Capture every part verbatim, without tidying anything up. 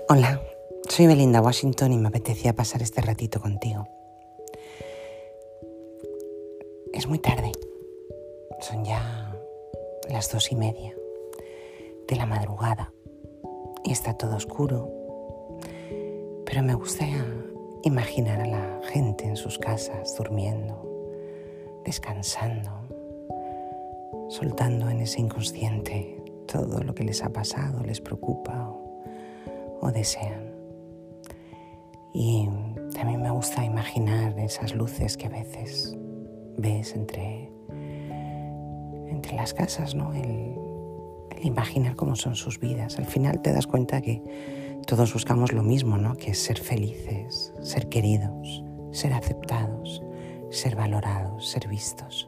Hola, soy Belinda Washington y me apetecía pasar este ratito contigo. Es muy tarde, son ya las dos y media de la madrugada y está todo oscuro, pero me gusta imaginar a la gente en sus casas durmiendo, descansando, soltando en ese inconsciente todo lo que les ha pasado, les preocupa o, o desean. Y también me gusta imaginar esas luces que a veces ves entre, entre las casas, ¿no? El, el imaginar cómo son sus vidas. Al final te das cuenta que todos buscamos lo mismo, ¿no? Que es ser felices, ser queridos, ser aceptados, ser valorados, ser vistos.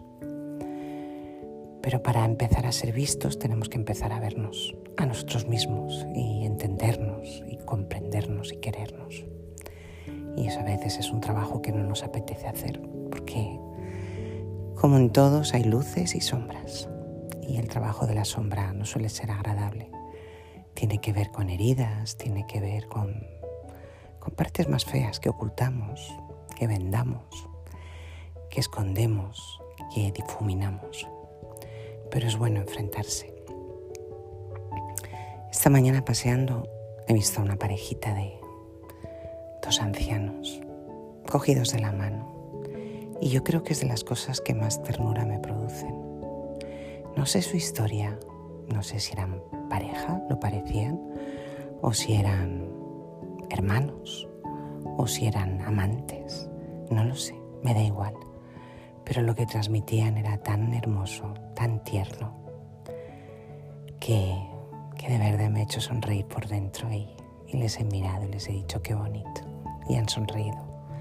Pero para empezar a ser vistos tenemos que empezar a vernos a nosotros mismos y entendernos y comprendernos y querernos. Y eso a veces es un trabajo que no nos apetece hacer, porque como en todos hay luces y sombras, y el trabajo de la sombra no suele ser agradable. Tiene que ver con heridas, tiene que ver con, con partes más feas que ocultamos, que vendamos, que escondemos, que difuminamos. Pero es bueno enfrentarse. Esta mañana paseando he visto a una parejita de dos ancianos cogidos de la mano, y yo creo que es de las cosas que más ternura me producen. No sé su historia, no sé si eran pareja, lo parecían, o si eran hermanos, o si eran amantes, no lo sé, me da igual, pero lo que transmitían era tan hermoso, tan tierno, que, que de verdad me ha hecho sonreír por dentro y, y les he mirado y les he dicho qué bonito. Y han sonreído.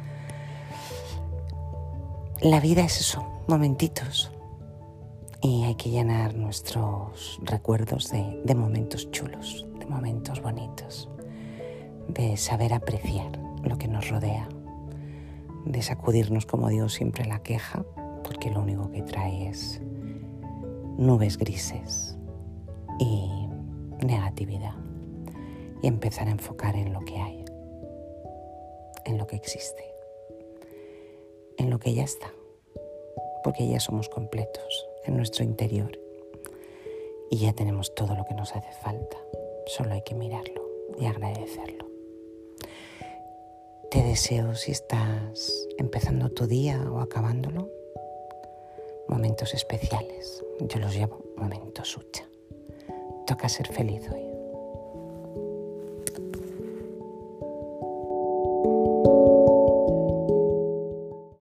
La vida es eso, momentitos. Y hay que llenar nuestros recuerdos de, de momentos chulos, de momentos bonitos, de saber apreciar lo que nos rodea, de sacudirnos, como digo siempre, la queja, porque lo único que trae es nubes grises y negatividad, y empezar a enfocar en lo que hay, en lo que existe, en lo que ya está, porque ya somos completos en nuestro interior y ya tenemos todo lo que nos hace falta, solo hay que mirarlo y agradecerlo. Te deseo, si estás empezando tu día o acabándolo, momentos especiales. Yo los llamo momentos hucha. Toca ser feliz hoy.